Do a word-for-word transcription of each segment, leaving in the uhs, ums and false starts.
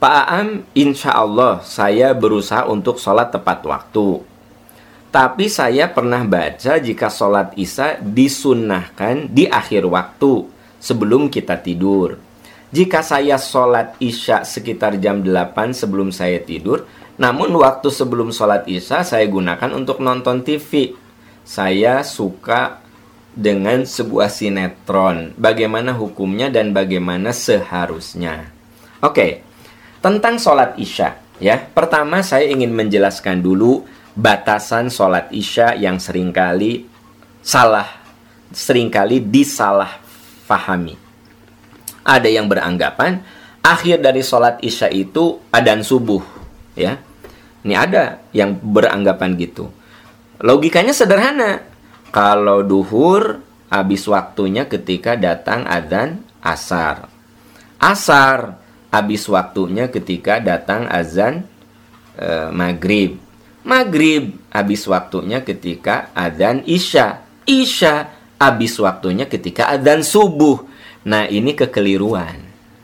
Pak Aam, insya Allah saya berusaha untuk sholat tepat waktu. Tapi saya pernah baca jika sholat isya disunnahkan di akhir waktu sebelum kita tidur. Jika saya sholat isya sekitar jam delapan sebelum saya tidur, namun waktu sebelum sholat isya saya gunakan untuk nonton T V. Saya suka dengan sebuah sinetron. Bagaimana hukumnya dan bagaimana seharusnya? Oke, tentang sholat isya, ya. Pertama saya ingin menjelaskan dulu batasan sholat isya yang seringkali salah, seringkali disalah fahami. Ada yang beranggapan akhir dari sholat isya itu adzan subuh, ya. Ini ada yang beranggapan gitu. Logikanya sederhana. Kalau duhur habis waktunya ketika datang adzan asar. Asar habis waktunya ketika datang azan e, maghrib. Maghrib habis waktunya ketika adzan isya. Isya habis waktunya ketika adzan subuh. Nah, ini kekeliruan.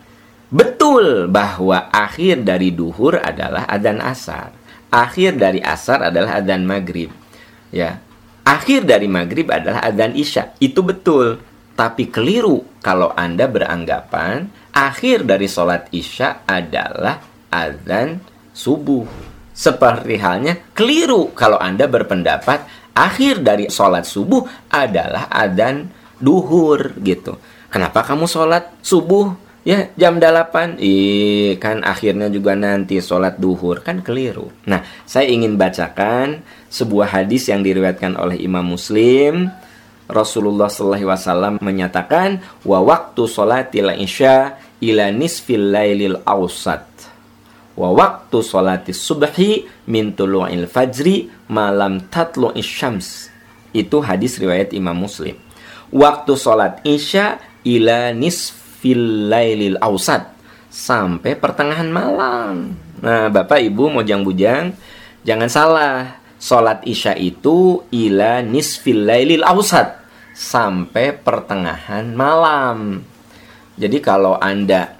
Betul bahwa akhir dari duhur adalah adzan asar. Akhir dari asar adalah adzan maghrib. Ya, akhir dari maghrib adalah adzan isya. Itu betul. Tapi keliru kalau Anda beranggapan akhir dari sholat isya adalah adzan subuh. Seperti halnya keliru kalau Anda berpendapat akhir dari sholat subuh adalah adzan duhur gitu. Kenapa kamu sholat subuh ya jam delapan? Ih, kan akhirnya juga nanti sholat duhur. Kan keliru. Nah, saya ingin bacakan sebuah hadis yang diriwayatkan oleh Imam Muslim. Rasulullah shallallahu alaihi wasallam menyatakan, wa waktu sholatil isya ila nisfil lailil awsat, wa waktu sholatis subhi min tulu'il fajri malam tatlu'is syams. Itu hadis riwayat Imam Muslim. Waktu sholat isya ila nisfil lailil awsat, sampai pertengahan malam. Nah, Bapak Ibu mojang-bujang, jangan salah. Sholat isya itu ila nisfil lailil awsat, sampai pertengahan malam. Jadi kalau Anda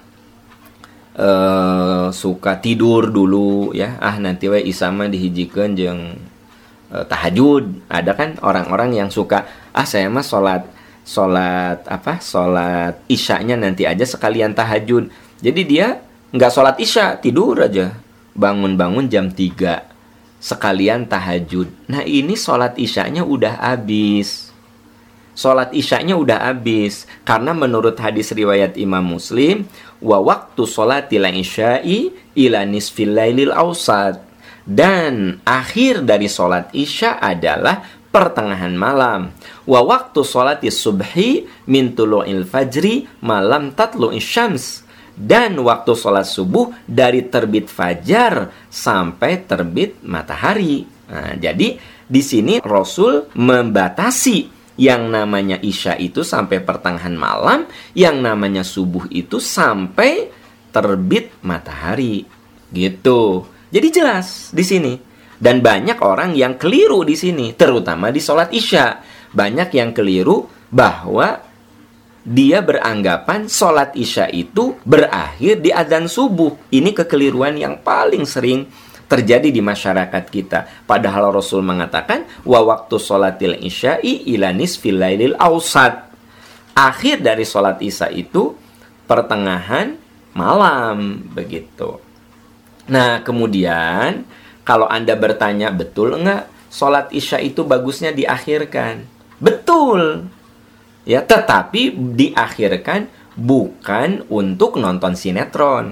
uh, suka tidur dulu ya, ah nanti we isya mah dihijikeun jeung uh, tahajud. Ada kan orang-orang yang suka, ah saya mah sholat sholat apa? Sholat isyanya nanti aja sekalian tahajud. Jadi dia nggak sholat isya, tidur aja. Bangun-bangun jam tiga. Sekalian tahajud. Nah, ini sholat isyanya udah habis. Sholat isyanya udah habis. Karena menurut hadis riwayat Imam Muslim, wa waktu sholatil isya'i ila nisfil lailil awsat. Dan akhir dari sholat isya adalah pertengahan malam. Wa waktu sholatis subhi min tulu'il fajri malam tatlu'is syams. Dan waktu sholat subuh dari terbit fajar sampai terbit matahari. Nah, jadi di sini Rasul membatasi yang namanya isya itu sampai pertengahan malam, yang namanya subuh itu sampai terbit matahari. Gitu. Jadi jelas di sini. Dan banyak orang yang keliru di sini, terutama di sholat isya. Banyak yang keliru bahwa dia beranggapan sholat isya itu berakhir di adzan subuh. Ini kekeliruan yang paling sering terjadi di masyarakat kita. Padahal Rasul mengatakan, wa waktu sholatil isya'i ila nisfil lailil awsat. Akhir dari sholat isya itu pertengahan malam. Begitu. Nah, kemudian kalau Anda bertanya, betul enggak sholat isya itu bagusnya diakhirkan? Betul. Ya, tetapi diakhirkan bukan untuk nonton sinetron.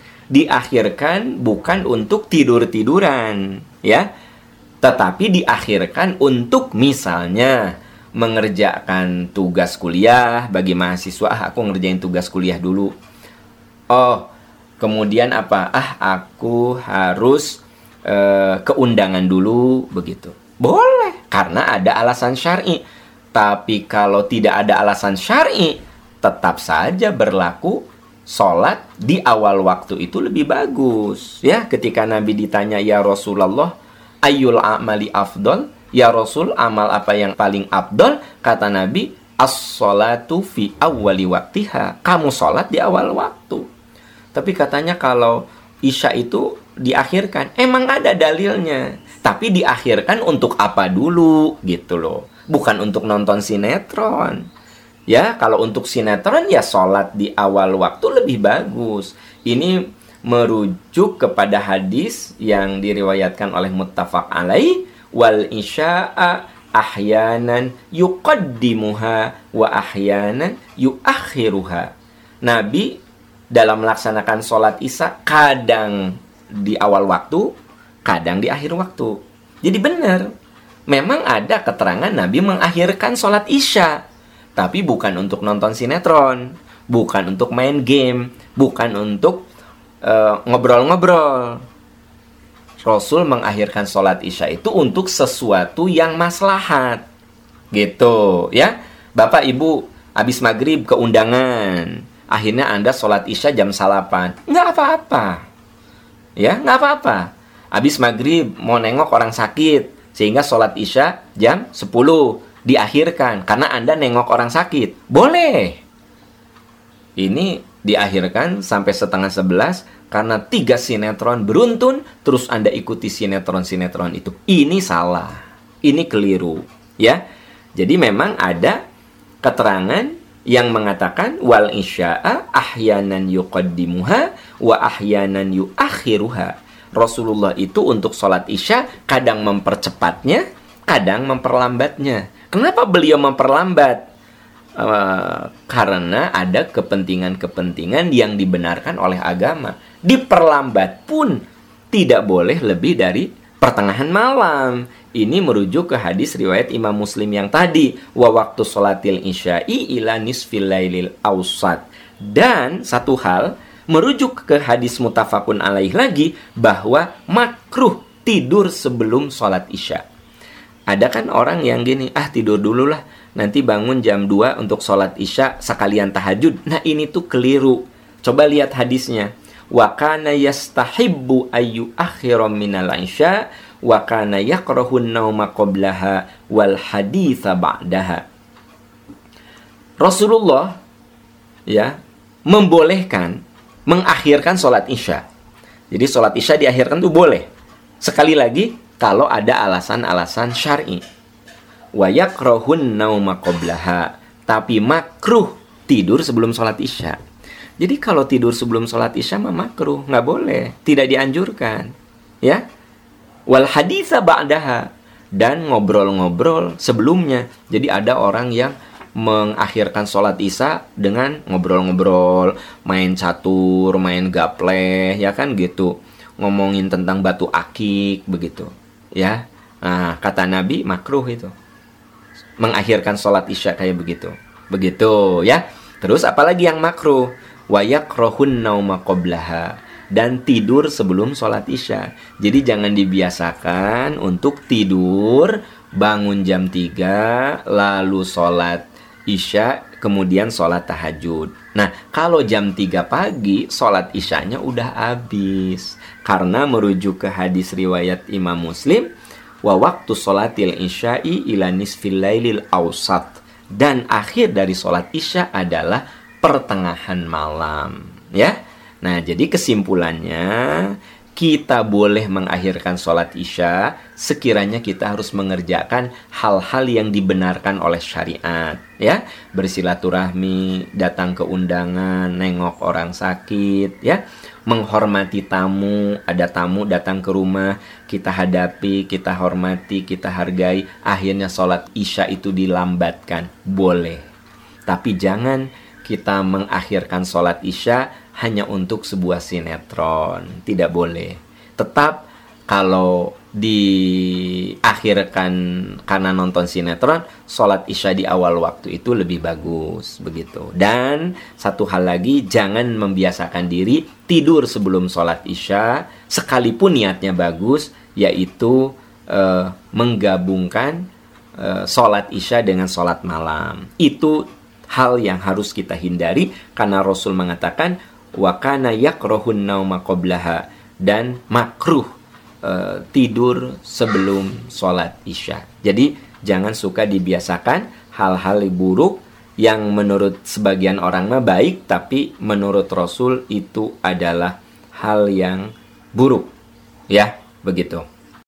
Diakhirkan bukan untuk tidur-tiduran, ya. Tetapi diakhirkan untuk misalnya mengerjakan tugas kuliah bagi mahasiswa. Ah, aku ngerjain tugas kuliah dulu. Oh, kemudian apa? Ah, aku harus uh, ke undangan dulu, begitu. Boleh, karena ada alasan syar'i. Tapi kalau tidak ada alasan syar'i, tetap saja berlaku sholat di awal waktu itu lebih bagus. Ya, ketika Nabi ditanya, ya Rasulullah, ayyul a'mali afdol? Ya Rasul, amal apa yang paling afdol? Kata Nabi, as-sholatu fi awwali waktiha. Kamu sholat di awal waktu. Tapi katanya kalau Isya itu diakhirkan. Emang ada dalilnya. Tapi diakhirkan untuk apa dulu gitu loh. Bukan untuk nonton sinetron. Ya, kalau untuk sinetron ya sholat di awal waktu lebih bagus. Ini merujuk kepada hadis yang diriwayatkan oleh muttafaq alaih, wal isya'a ahyanan yuqaddimuha wa ahyanan yuakhiruha. Nabi dalam melaksanakan sholat isya kadang di awal waktu, kadang di akhir waktu. Jadi benar, memang ada keterangan Nabi mengakhirkan sholat isya, tapi bukan untuk nonton sinetron, bukan untuk main game, bukan untuk uh, ngobrol-ngobrol. Rasul mengakhirkan sholat isya itu untuk sesuatu yang maslahat, gitu ya. Bapak ibu habis maghrib ke undangan, akhirnya Anda sholat isya jam salapan, nggak apa-apa, ya nggak apa-apa. Habis maghrib mau nengok orang sakit, sehingga sholat isya jam sepuluh diakhirkan karena Anda nengok orang sakit, boleh. Ini diakhirkan sampai setengah sebelas karena tiga sinetron beruntun, terus Anda ikuti sinetron-sinetron itu. Ini salah, ini keliru, ya. Jadi memang ada keterangan yang mengatakan wal isya'a ahyanan yuqaddimuha wa ahyanan yuakhiruha. Rasulullah itu untuk sholat isya kadang mempercepatnya, kadang memperlambatnya. Kenapa beliau memperlambat? Uh, karena ada kepentingan-kepentingan yang dibenarkan oleh agama. Diperlambat pun tidak boleh lebih dari pertengahan malam. Ini merujuk ke hadis riwayat Imam Muslim yang tadi, wa waktu sholatil isya'i ila nisfil lailil awsat. Dan satu hal, merujuk ke hadis muttafaqun alaih lagi, bahwa makruh tidur sebelum sholat isya. Ada kan orang yang gini, ah tidur dulu lah, nanti bangun jam dua untuk sholat isya sekalian tahajud. Nah ini tuh keliru. Coba lihat hadisnya. Wa kana yastahibbu ayyu akhiram minal isya wa kana yakrahun nauma qablaha wal haditha ba'daha. Rasulullah ya membolehkan mengakhirkan sholat isya. Jadi sholat isya diakhirkan tuh boleh. Sekali lagi, kalau ada alasan-alasan syar'i. Wa yakrahun nauma qablaha. Tapi makruh tidur sebelum sholat isya. Jadi kalau tidur sebelum sholat isya mah makruh, nggak boleh, tidak dianjurkan. Ya. Wal haditha ba'daha. Dan ngobrol-ngobrol sebelumnya. Jadi ada orang yang mengakhirkan sholat isya dengan ngobrol-ngobrol, main catur, main gapleh, ya kan gitu, ngomongin tentang batu akik begitu, ya. Nah kata Nabi makruh itu, mengakhirkan sholat isya kayak begitu, begitu, ya. Terus apalagi yang makruh? Wa yakrahun nauma qablaha, dan tidur sebelum sholat isya. Jadi jangan dibiasakan untuk tidur, bangun jam tiga, lalu sholat isya, kemudian sholat tahajud. Nah, kalau jam tiga pagi, sholat isyanya udah habis. Karena merujuk ke hadis riwayat Imam Muslim, wa waktu sholatil isya'i ila nisfil lailil awsat. Dan akhir dari sholat isya adalah pertengahan malam. Ya. Nah, jadi kesimpulannya, kita boleh mengakhirkan sholat isya sekiranya kita harus mengerjakan hal-hal yang dibenarkan oleh syariat, ya, bersilaturahmi, datang ke undangan, nengok orang sakit, ya, menghormati tamu, ada tamu datang ke rumah, kita hadapi, kita hormati, kita hargai, akhirnya sholat isya itu dilambatkan, boleh. Tapi jangan kita mengakhirkan sholat isya hanya untuk sebuah sinetron, tidak boleh. Tetap kalau diakhirkan karena nonton sinetron, sholat isya di awal waktu itu lebih bagus, begitu. Dan satu hal lagi, jangan membiasakan diri tidur sebelum sholat isya, sekalipun niatnya bagus, yaitu eh, menggabungkan eh, sholat isya dengan sholat malam. Itu hal yang harus kita hindari, karena Rasul mengatakan wa kana yakrahun nauma qablaha, dan makruh e, tidur sebelum sholat isya. Jadi jangan suka dibiasakan hal-hal buruk yang menurut sebagian orang mah baik, tapi menurut Rasul itu adalah hal yang buruk. Ya, begitu.